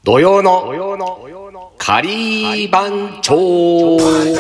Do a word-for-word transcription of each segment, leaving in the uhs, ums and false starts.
土曜の仮番長。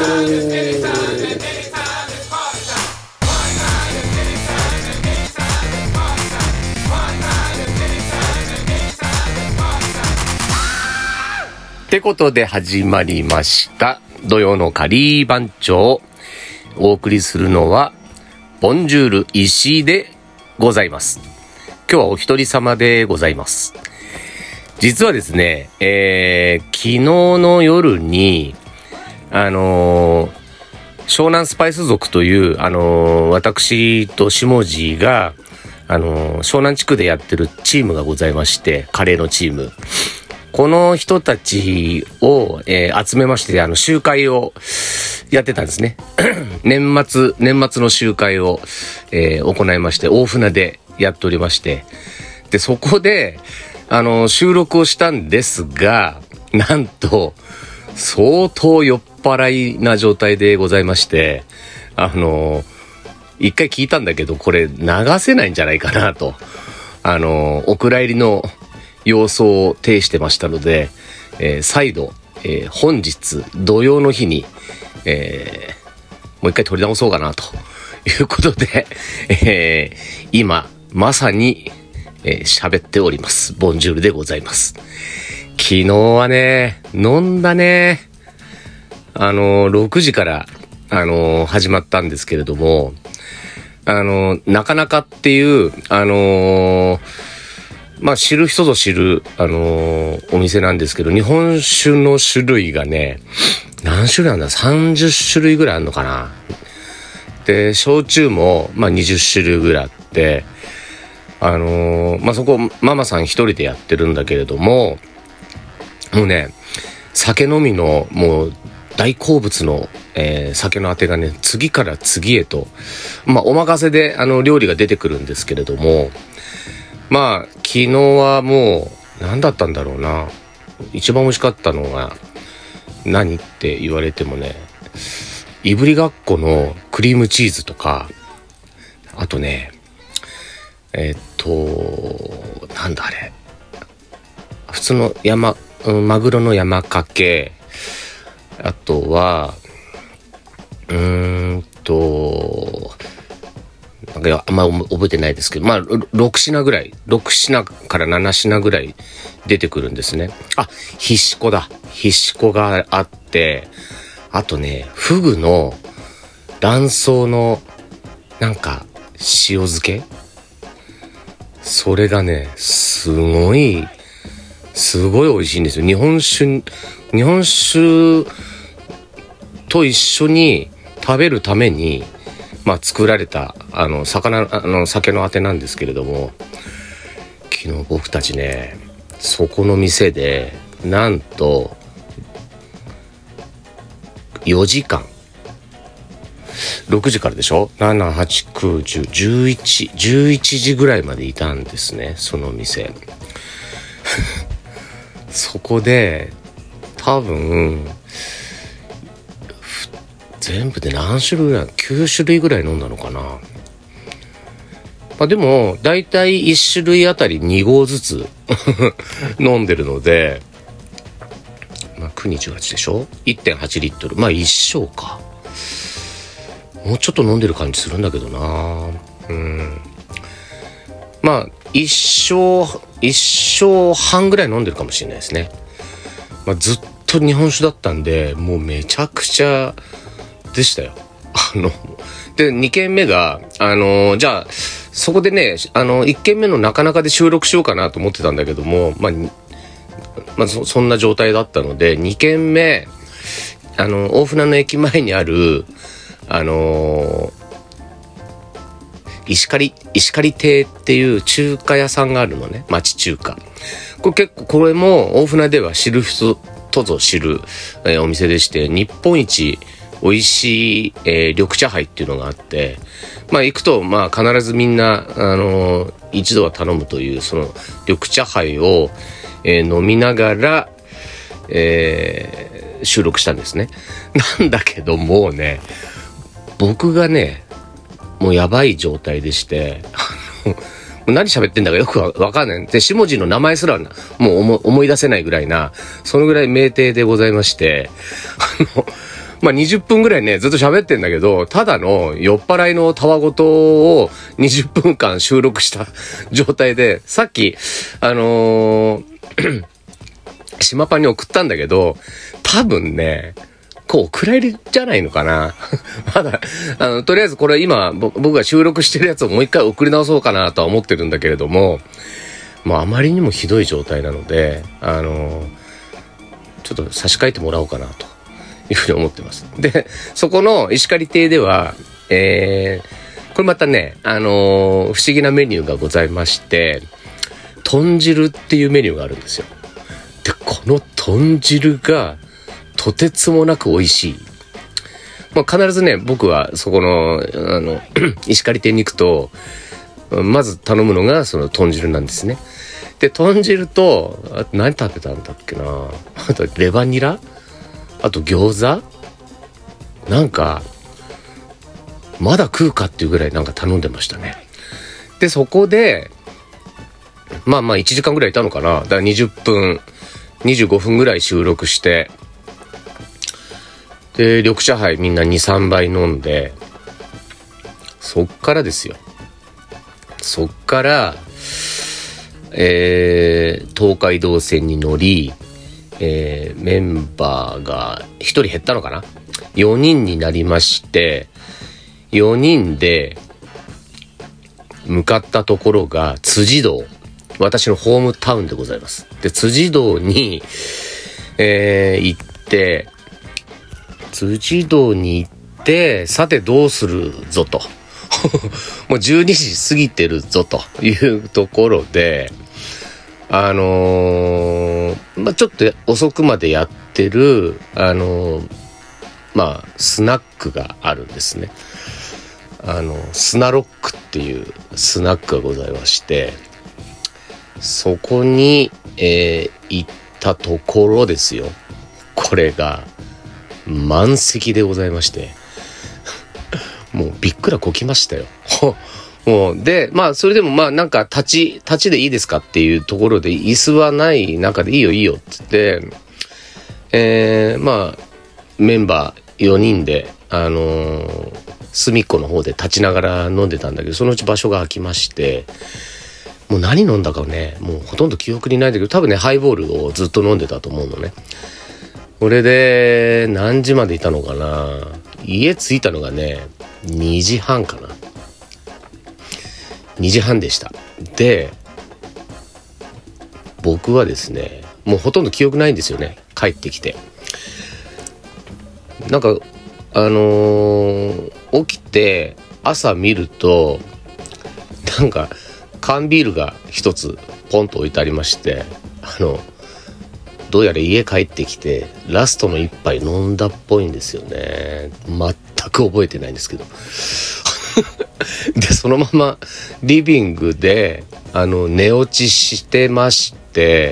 ってことで始まりました土曜の仮番長。お送りするのはボンジュール石井でございます。今日はお一人様でございます。実はですね、えー、昨日の夜にあのー、湘南スパイス族というあのー、私と下地があのー、湘南地区でやってるチームがございまして、カレーのチーム、この人たちを、えー、集めまして、あの集会をやってたんですね。年末年末の集会を、えー、行いまして、大船でやっておりまして、でそこであの収録をしたんですが、なんと相当酔っ払いな状態でございまして、あの一回聞いたんだけど、これ流せないんじゃないかなと、あのお蔵入りの様子を呈してましたので、えー、再度、えー、本日土曜の日に、えー、もう一回撮り直そうかなということで、えー、今まさにえー、喋っております。ボンジュールでございます。昨日はね、飲んだね。あのー、ろくじから、あのー、始まったんですけれども、あのー、なかなかっていう、あのー、まあ、知る人ぞ知る、あのー、お店なんですけど、日本酒の種類がね、何種類なんだ ?さんじゅっ 種類ぐらいあるのかな。で、焼酎も、まあ、にじゅっ種類ぐらいあって、あのー、まあ、そこママさん一人でやってるんだけれども、もうね、酒飲みのもう大好物の、えー、酒のあてがね、次から次へと、まあ、お任せであの料理が出てくるんですけれども、まあ昨日はもう何だったんだろうな、一番美味しかったのが何って言われてもね、いぶりがっこのクリームチーズとか、あとね、えー、っとなんだあれ、普通の山、うん、マグロの山かけ、あとはうーんとなんかあんま覚えてないですけど、まあろく品ぐらい、ろく品からなな品ぐらい出てくるんですね。あ、ひしこだ、ひしこがあって、あとね、フグの卵巣のなんか塩漬け、それがね、すごいすごい美味しいんですよ。日本酒日本酒と一緒に食べるために、まあ、作られたあの魚あの酒のあてなんですけれども、昨日僕たちね、そこの店でなんとよじかん、ろくじからでしょ、なな、はち、きゅう、じゅう、じゅういち、じゅういちじぐらいまでいたんですね、その店。そこで多分全部で何種類ぐらい、きゅう種類ぐらい飲んだのかな。まあ、でもだいたいいち種類あたりに合ずつ飲んでるので、まあ、きゅうにじゅうはちでしょ、 いってんはち リットル、まあ一升か、もうちょっと飲んでる感じするんだけどな。うん。まあ一升一升半ぐらい飲んでるかもしれないですね。まあ、ずっと日本酒だったんで、もうめちゃくちゃでしたよ。あのでに軒目があのじゃあそこでね、あのいっ軒目のなかなかで収録しようかなと思ってたんだけども、まあ、まあ、そ, そんな状態だったので、に軒目、あの大船の駅前にあるあの石狩石狩亭っていう中華屋さんがあるのね、町中華。これ結構、これも大船では知る人ぞ知る、えー、お店でして、日本一美味しい、えー、緑茶杯っていうのがあって、まあ行くとまあ必ずみんなあのー、一度は頼むというその緑茶杯を、えー、飲みながら、えー、収録したんですね。なんだけどもうね、僕がねもうやばい状態でして、 何喋ってんだかよくわわかんない。で、下地の名前すらもう思思い出せないぐらいな、そのぐらい酩酊でございまして、あの、まあ、にじゅっぷんぐらいね、ずっと喋ってんだけど、ただの酔っ払いのたわごとをにじゅっぷんかん収録した状態で、さっき、あのー、島パンに送ったんだけど、多分ね、こう送られるじゃないのかな。まだ、あの、とりあえずこれ今、僕が収録してるやつをもう一回送り直そうかなとは思ってるんだけれども、もうあまりにもひどい状態なので、あのー、ちょっと差し替えてもらおうかなと。いうふうに思ってます。で、そこの石狩亭では、えー、これまたね、あのー、不思議なメニューがございまして、豚汁っていうメニューがあるんですよ。で、この豚汁がとてつもなく美味しい。まあ、必ずね、僕はそこの、あの、石狩亭に行くと、まず頼むのがその豚汁なんですね。で、豚汁と、あと何食べたんだっけな、あとレバニラ、あと餃子なんかまだ食うかっていうぐらいなんか頼んでましたね。でそこでまあまあいちじかんぐらいいたのかな。だからにじゅっぷんにじゅうごふんぐらい収録して、で緑茶杯みんな にさんばい飲んで、そっからですよ。そっからえー、東海道線に乗り、えー、メンバーがひとり減ったのかな、よにんになりまして、よにんで向かったところが辻堂、私のホームタウンでございます。で辻堂に、えー、行って辻堂に行ってさてどうするぞともうじゅうにじ過ぎてるぞというところで、あのー、まあ、ちょっと遅くまでやってる、あのー、まあ、スナックがあるんですね。あの、スナロックっていうスナックがございまして、そこに、えー、行ったところですよ。これが満席でございまして、もうびっくらこきましたよ。もうでまあそれでもまあなんか立ち立ちでいいですかっていうところで、椅子はない中でいいよいいよって言って、えー、まあメンバーよにんであのー、隅っこの方で立ちながら飲んでたんだけど、そのうち場所が空きまして、もう何飲んだかねもうほとんど記憶にないんだけど、多分ねハイボールをずっと飲んでたと思うのね。これで何時までいたのかな、家着いたのがねにじはんかな、にじはんでした。で僕はですねもうほとんど記憶ないんですよね。帰ってきてなんかあのー、起きて朝見るとなんか缶ビールが一つポンと置いてありまして、あのどうやら家帰ってきてラストの一杯飲んだっぽいんですよね。全く覚えてないんですけどでそのままリビングであの寝落ちしてまして、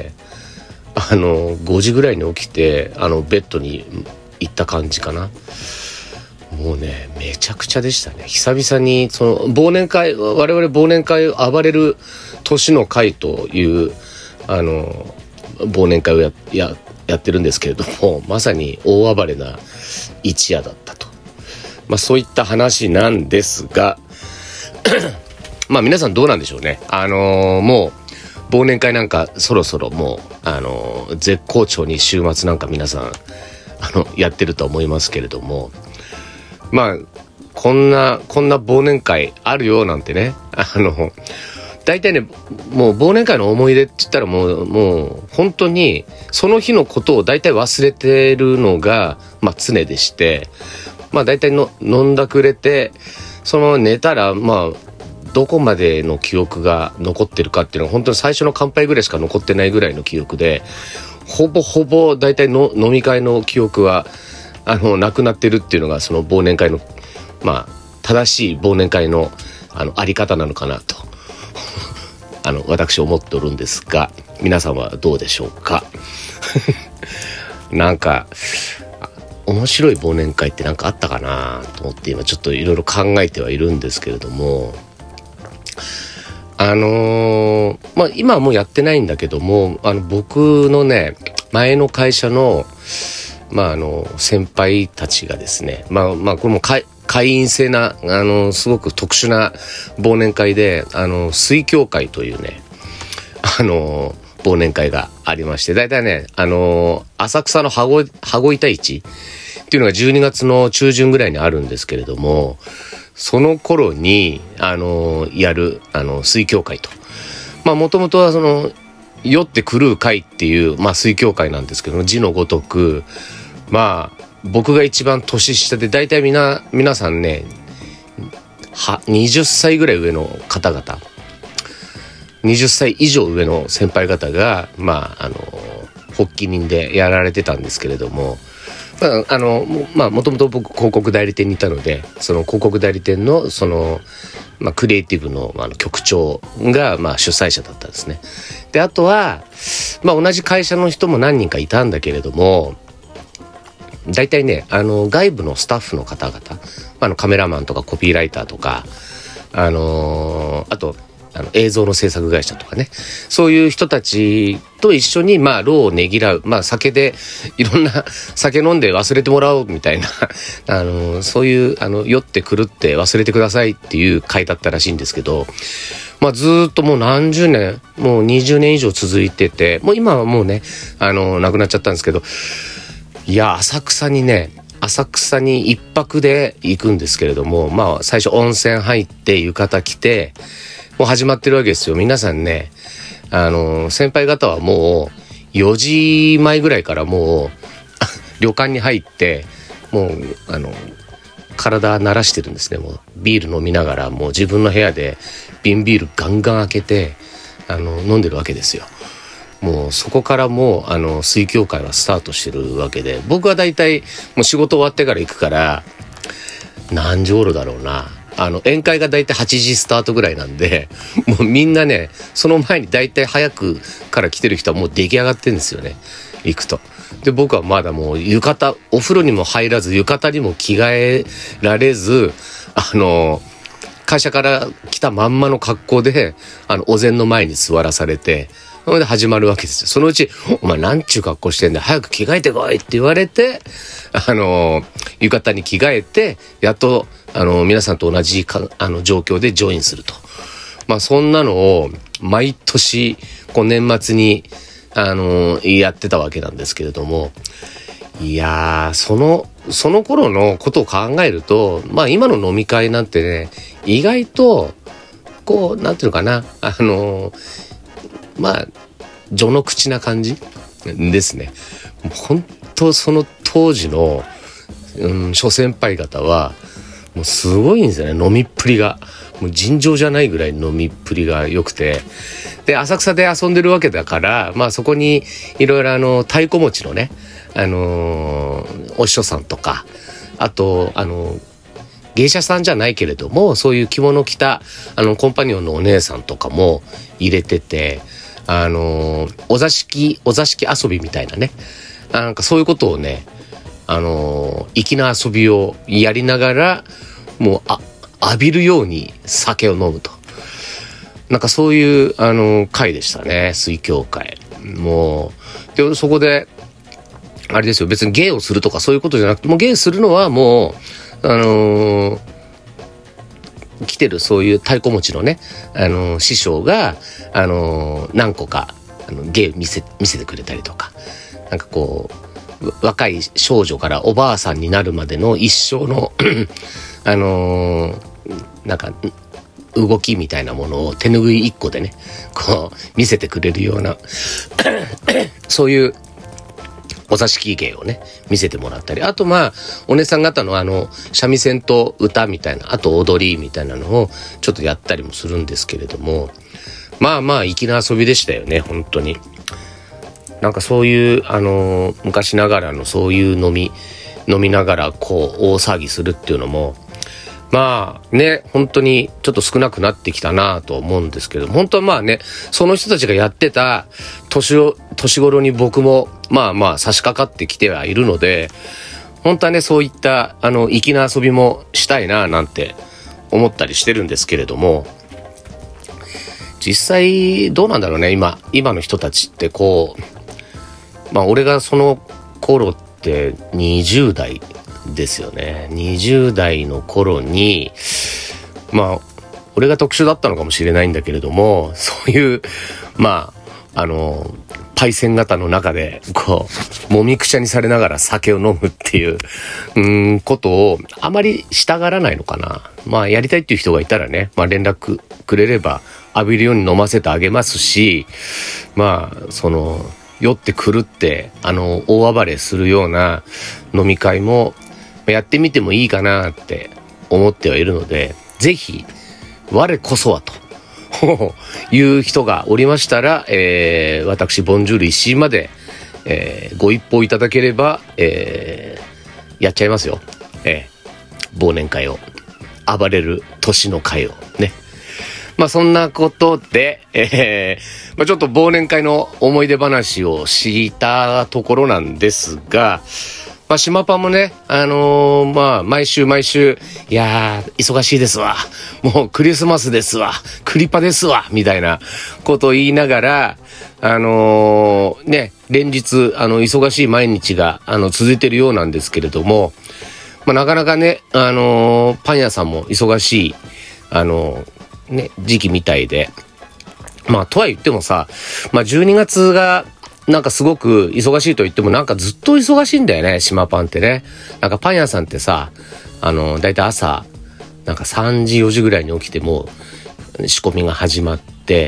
あのごじぐらいに起きてあのベッドに行った感じかな。もうねめちゃくちゃでしたね。久々にその忘年会、我々忘年会暴れる年の会というあの忘年会を や, や, やってるんですけれども、まさに大暴れな一夜だったと、まあ、そういった話なんですがまあ皆さんどうなんでしょうね。あのー、もう忘年会なんかそろそろもう、あのー、絶好調に週末なんか皆さんあのやってると思いますけれども、まあこんなこんな忘年会あるよなんてね、あの大体ねもう忘年会の思い出って言ったらもうもう本当にその日のことを大体忘れてるのがまあ常でして、まあ大体の飲んだくれてそのまま寝たらまあどこまでの記憶が残ってるかっていうのは本当に最初の乾杯ぐらいしか残ってないぐらいの記憶で、ほぼほぼ大体の飲み会の記憶はあのなくなってるっていうのがその忘年会のまあ正しい忘年会のあのあり方なのかなとあの私思っておるんですが、皆さんはどうでしょうかなんか面白い忘年会ってなんかあったかなと思って今ちょっといろいろ考えてはいるんですけれども、 あのー、まあ今はもうやってないんだけども、あの僕のね前の会社のまああの先輩たちがですね、まあまあこれも会会員制なあのすごく特殊な忘年会で、あの水教会というねあの忘年会がありまして、だいたいねあの浅草の羽子羽子板市っていうのがじゅうにがつの中旬ぐらいにあるんですけれども、その頃にあのやるあの水教会と、まあもともとはその酔って狂う会っていうまあ水教会なんですけども、字のごとくまあ僕が一番年下で、だいたいみな皆さんねははたちぐらい上の方々、はたち以上上の先輩方がまああの発起人でやられてたんですけれども、まああのまあもともと僕広告代理店にいたので、その広告代理店のそのまあクリエイティブのあの局長がまあ主催者だったんですね。であとはまあ同じ会社の人も何人かいたんだけれども、だいたいねあの外部のスタッフの方々、あのカメラマンとかコピーライターとか、あのー、あとあの映像の制作会社とかね、そういう人たちと一緒にまあ労をねぎらう、まあ酒でいろんな酒飲んで忘れてもらおうみたいなあのそういうあの酔って狂って忘れてくださいっていう会だったらしいんですけど、まあずっともう何十年もうにじゅうねん以上続いてて、もう今はもうねあの亡くなっちゃったんですけど、いや浅草にね浅草に一泊で行くんですけれども、まあ最初温泉入って浴衣着てもう始まってるわけですよ。皆さんねあの先輩方はもうよじまえぐらいからもう旅館に入ってもうあの体慣らしてるんですね。もうビール飲みながらもう自分の部屋で瓶ビールガンガン開けてあの飲んでるわけですよ。もうそこからもうあの水教会はスタートしてるわけで、僕はだいたいもう仕事終わってから行くから何時頃だろうな、あの宴会がだいたいはちじスタートぐらいなんで、もうみんなねその前にだいたい早くから来てる人はもう出来上がってるんですよね、行くと。で僕はまだもう浴衣、お風呂にも入らず浴衣にも着替えられず、あの会社から来たまんまの格好であのお膳の前に座らされて、それで始まるわけですよ。そのうちお前なんちゅう格好してんだ、早く着替えてこいって言われて、あの浴衣に着替えてやっとあの皆さんと同じかあの状況でジョインすると。まあそんなのを毎年こう年末にあのやってたわけなんですけれども、いやーそのその頃のことを考えると、まあ今の飲み会なんてね意外とこうなんていうのかな、あのまあ序の口な感じですね。本当その当時の、うん、諸先輩方はもうすごいんですよね、飲みっぷりが。もう尋常じゃないぐらい飲みっぷりが良くて、で浅草で遊んでるわけだから、まあそこにいろいろあの太鼓持ちのね、あのー、お師匠さんとか、あとあの芸者さんじゃないけれどもそういう着物着たあのコンパニオンのお姉さんとかも入れてて、あのー、お座敷お座敷遊びみたいなね、なんかそういうことをね、あのー、粋な遊びをやりながらもうあ浴びるように酒を飲むと、なんかそういうあのー、会でしたね、水教会。もうでそこであれですよ、別に芸をするとかそういうことじゃなくて、もう芸するのはもうあのー、来てるそういう太鼓持ちのね、あのー、師匠があのー、何個かあの芸見せ見せてくれたりとか、なんかこう若い少女からおばあさんになるまでの一生のあのー、なんか動きみたいなものを手拭い一個でねこう見せてくれるようなそういうお座敷芸をね見せてもらったり、あとまあお姉さん方のあの三味線と歌みたいな、あと踊りみたいなのをちょっとやったりもするんですけれども、まあまあ粋な遊びでしたよね、本当に。なんかそういうあの昔ながらのそういう飲み飲みながらこう大騒ぎするっていうのもまあね本当にちょっと少なくなってきたなと思うんですけど、本当はまあねその人たちがやってた年を年頃に僕もまあまあ差し掛かってきてはいるので、本当はねそういったあの粋な遊びもしたいななんて思ったりしてるんですけれども、 実際どうなんだろうね、今今の人たちってこう、まあ俺がその頃ってにじゅう代ですよね。にじゅう代の頃に、まあ俺が特殊だったのかもしれないんだけれども、そういうまああのパイセン型の中でこうもみくちゃにされながら酒を飲むっていう、うーんことをあまりしたがらないのかな。まあやりたいっていう人がいたらね、まあ連絡くれれば浴びるように飲ませてあげますし、まあその酔って狂ってあの大暴れするような飲み会もやってみてもいいかなって思ってはいるので、ぜひ我こそはという人がおりましたら、えー、私ボンジュール石井まで、えー、ご一報いただければ、えー、やっちゃいますよ、えー、忘年会を、暴れる年の会をね。まあそんなことで、えーまあ、ちょっと忘年会の思い出話をしたところなんですが、まあ、島パンもね、あのー、まあ、毎週毎週、いやー、忙しいですわ。もうクリスマスですわ。クリパですわ。みたいなことを言いながら、あのー、ね、連日、あの、忙しい毎日が、あの、続いているようなんですけれども、まあ、なかなかね、あのー、パン屋さんも忙しい、あのー、ね、時期みたいで、まあ、とは言ってもさ、まあ、じゅうにがつが、なんかすごく忙しいと言ってもなんかずっと忙しいんだよね、島パンってね。なんかパン屋さんってさ、あの、だいたい朝、なんかさんじよじぐらいに起きても仕込みが始まって、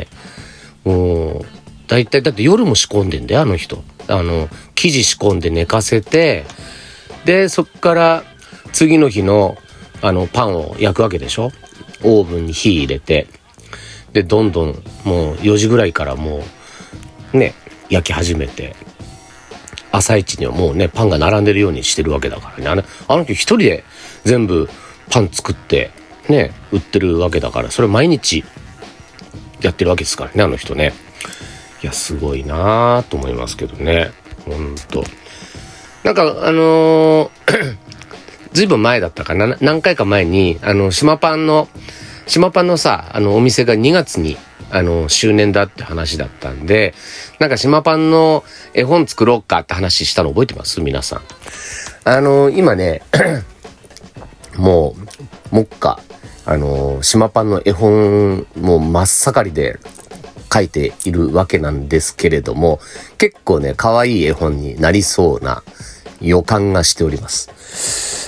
もう、だいたいだって夜も仕込んでんだよ、あの人。あの、生地仕込んで寝かせて、で、そっから次の日の、あの、パンを焼くわけでしょ。オーブンに火入れて、で、どんどんもうよじぐらいからもう、ね、焼き始めて、朝一にはもうねパンが並んでるようにしてるわけだからね。あの、あの人一人で全部パン作ってね売ってるわけだから、それ毎日やってるわけですからね、あの人ね。いやすごいなと思いますけどね、ほんと。なんかあのー、ずいぶん前だったかな、何回か前にあの島パンの島パンのさあのお店がにがつにあの周年だって話だったんで、なんか島パンの絵本作ろうかって話したの覚えてます？皆さん。あの今ねもうもっかあの島パンの絵本もう真っ盛りで書いているわけなんですけれども、結構ね可愛い絵本になりそうな予感がしております。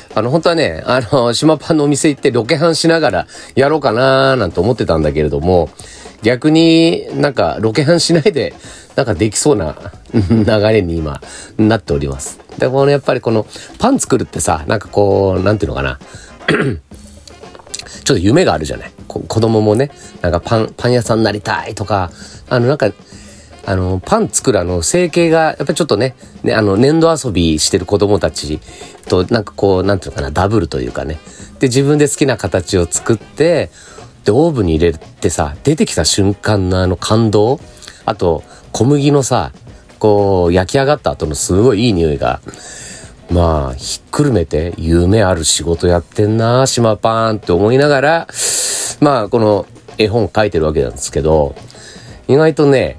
あの本当はねあの島パンのお店行ってロケハンしながらやろうかなーなんて思ってたんだけれども、逆になんかロケハンしないでなんかできそうな流れに今なっております。でこのやっぱりこのパン作るってさ、なんかこうなんていうのかなちょっと夢があるじゃない。子供もねなんかパンパン屋さんになりたいとか、あのなんかあのパン作るあの成形がやっぱりちょっとね、ねあの粘土遊びしてる子供たちとなんかこうなんていうのかなダブルというかね、で自分で好きな形を作ってでオーブンに入れてさ、出てきた瞬間のあの感動、あと小麦のさこう焼き上がった後のすごいいい匂いが、まあひっくるめて夢ある仕事やってんな島パーンって思いながら、まあこの絵本書いてるわけなんですけど、意外とね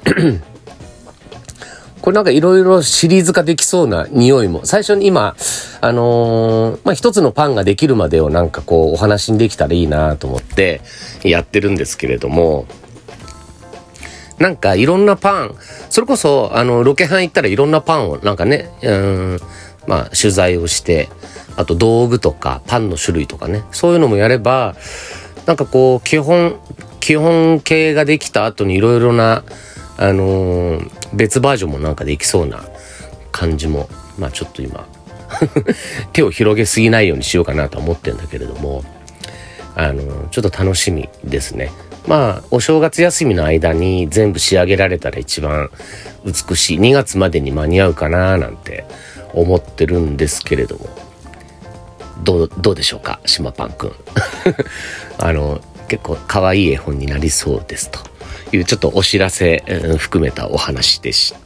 これなんかいろいろシリーズ化できそうな匂いも、最初に今あのー、まあ一つのパンができるまでをなんかこうお話にできたらいいなと思ってやってるんですけれども、なんかいろんなパン、それこそあのロケハン行ったらいろんなパンをなんかね、うーんまあ取材をして、あと道具とかパンの種類とかね、そういうのもやればなんかこう基本基本形ができた後にいろいろなあのー、別バージョンもなんかできそうな感じも、まあちょっと今手を広げすぎないようにしようかなと思ってるんだけれども、あのー、ちょっと楽しみですね。まあお正月休みの間に全部仕上げられたら一番美しい、にがつまでに間に合うかななんて思ってるんですけれども、どう、どうでしょうか島パンくんあの結構可愛い絵本になりそうですというちょっとお知らせ、うん、含めたお話でした。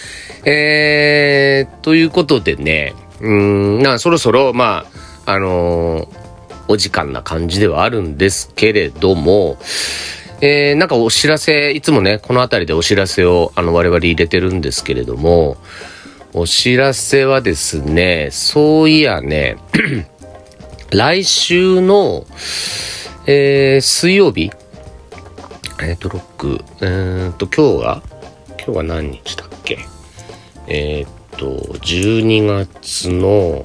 えー、ということでね、うーんなそろそろまああのー、お時間な感じではあるんですけれども、 えー、なんかお知らせ、いつもね、このあたりでお知らせをあの我々入れてるんですけれども、お知らせはですね、そういやね、来週の、えー、水曜日、えっと、ろく、えー、っと、今日が、今日は何日だっけ？えー、っと、じゅうにがつの、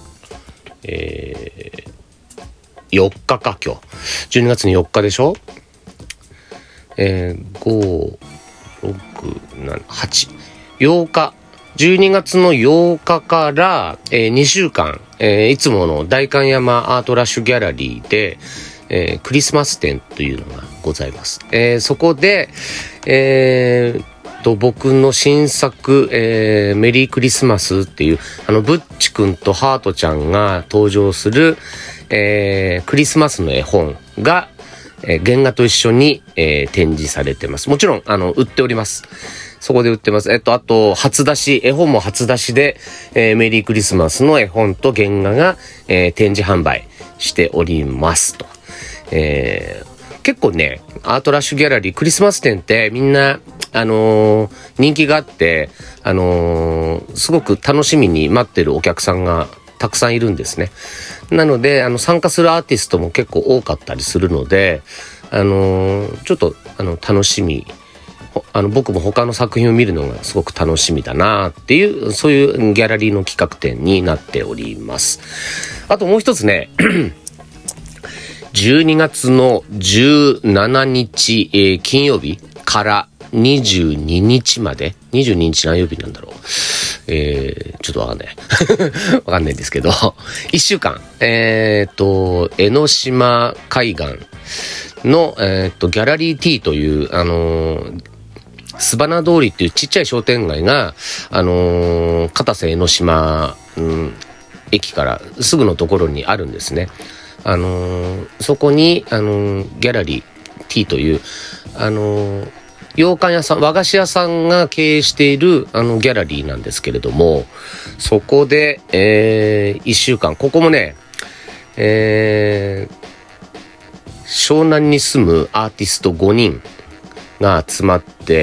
えー、よっかか、今日。じゅうにがつのよっかでしょ？えー、ご、ろく、なな、はち。ようか。じゅうにがつのようかから、えー、にしゅうかん、えー、いつもの代官山アートラッシュギャラリーで、えー、クリスマス展というのがございます。えー、そこで、えー、と僕の新作、えー、メリークリスマスっていうあのブッチ君とハートちゃんが登場する、えー、クリスマスの絵本が、えー、原画と一緒に、えー、展示されてます。もちろんあの売っております。そこで売ってます。えっと、あと、初出し、絵本も初出しで、えー、メリークリスマスの絵本と原画が、えー、展示販売しておりますと。えー、結構ね、アートラッシュギャラリー、クリスマス展ってみんな、あのー、人気があって、あのー、すごく楽しみに待ってるお客さんがたくさんいるんですね。なので、あの、参加するアーティストも結構多かったりするので、あのー、ちょっと、あの、楽しみ、あの僕も他の作品を見るのがすごく楽しみだなっていう、そういうギャラリーの企画展になっております。あともう一つねじゅうにがつのじゅうしちにち、えー、金曜日からにじゅうににちまで、にじゅうににち何曜日なんだろう、えー、ちょっとわかんないわかんないんですけどいっしゅうかん、えー、っと江ノ島海岸の、えー、っとギャラリー T というあのースバナ通りっていうちっちゃい商店街が、あのー、片瀬江ノ島、うん、駅からすぐのところにあるんですね。あのー、そこに、あのー、ギャラリー T という、あのー、洋館屋さん、和菓子屋さんが経営しているあのギャラリーなんですけれども、そこで、えー、いっしゅうかん、ここもね、えー、湘南に住むアーティストごにんが集まって、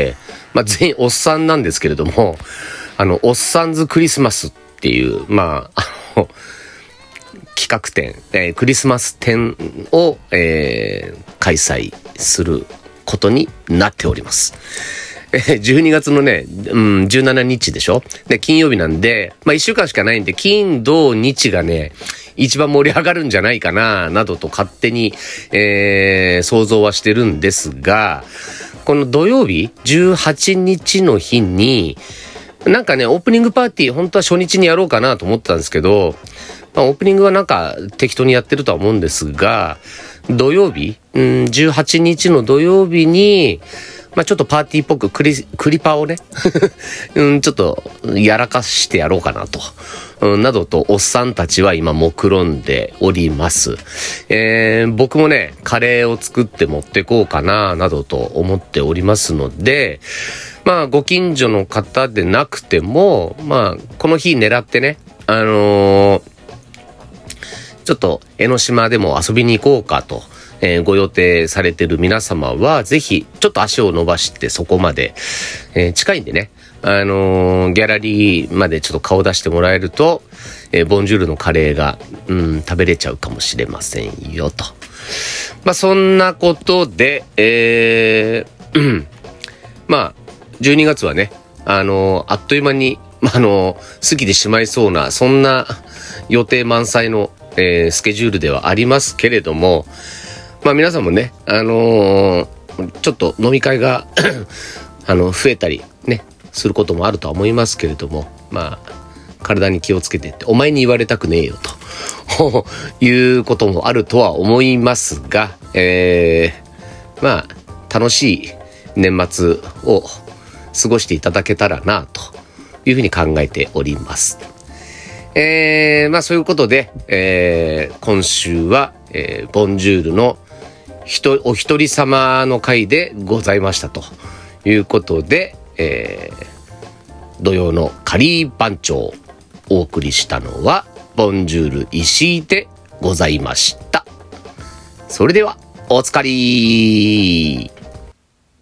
まあ、全員おっさんなんですけれども、あの、おっさんズクリスマスっていう、まあ、あの、企画展、えー、クリスマス展を、えー、開催することになっております。えー、じゅうにがつのね、うん、じゅうしちにちでしょ？で、金曜日なんで、まあ、いっしゅうかんしかないんで、金、土、日がね、一番盛り上がるんじゃないかな、などと勝手に、えー、想像はしてるんですが、この土曜日じゅうはちにちの日になんかねオープニングパーティー本当は初日にやろうかなと思ってたんですけど、まあ、オープニングはなんか適当にやってるとは思うんですが、土曜日、うん、じゅうはちにちの土曜日に、まあ、ちょっとパーティーっぽくクリ、クリパをね、うん、ちょっとやらかしてやろうかなと、うん、などとおっさんたちは今目論んでおります。えー、僕もね、カレーを作って持ってこうかな、などと思っておりますので、まあ、ご近所の方でなくても、まあ、この日狙ってね、あのー、ちょっと江ノ島でも遊びに行こうかと、えー、ご予定されてる皆様はぜひちょっと足を伸ばしてそこまで、えー、近いんでね、あのー、ギャラリーまでちょっと顔出してもらえると、えー、ボンジュールのカレーが、うん、食べれちゃうかもしれませんよと。まあそんなことで、えー、まあじゅうにがつはね、あのー、あっという間に、あのー、過ぎてしまいそうなそんな予定満載の、えー、スケジュールではありますけれども、まあ皆さんもね、あのー、ちょっと飲み会があの増えたりねすることもあるとは思いますけれども、まあ体に気をつけてってお前に言われたくねえよということもあるとは思いますが、えー、まあ楽しい年末を過ごしていただけたらなというふうに考えております。えー、まあそういうことで、えー、今週は、えー、ボンジュールのお一人様の回でございましたということで、えー、土曜のカリー番長をお送りしたのはボンジュール石井でございました。それではおつかりー。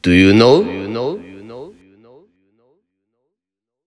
Do you know?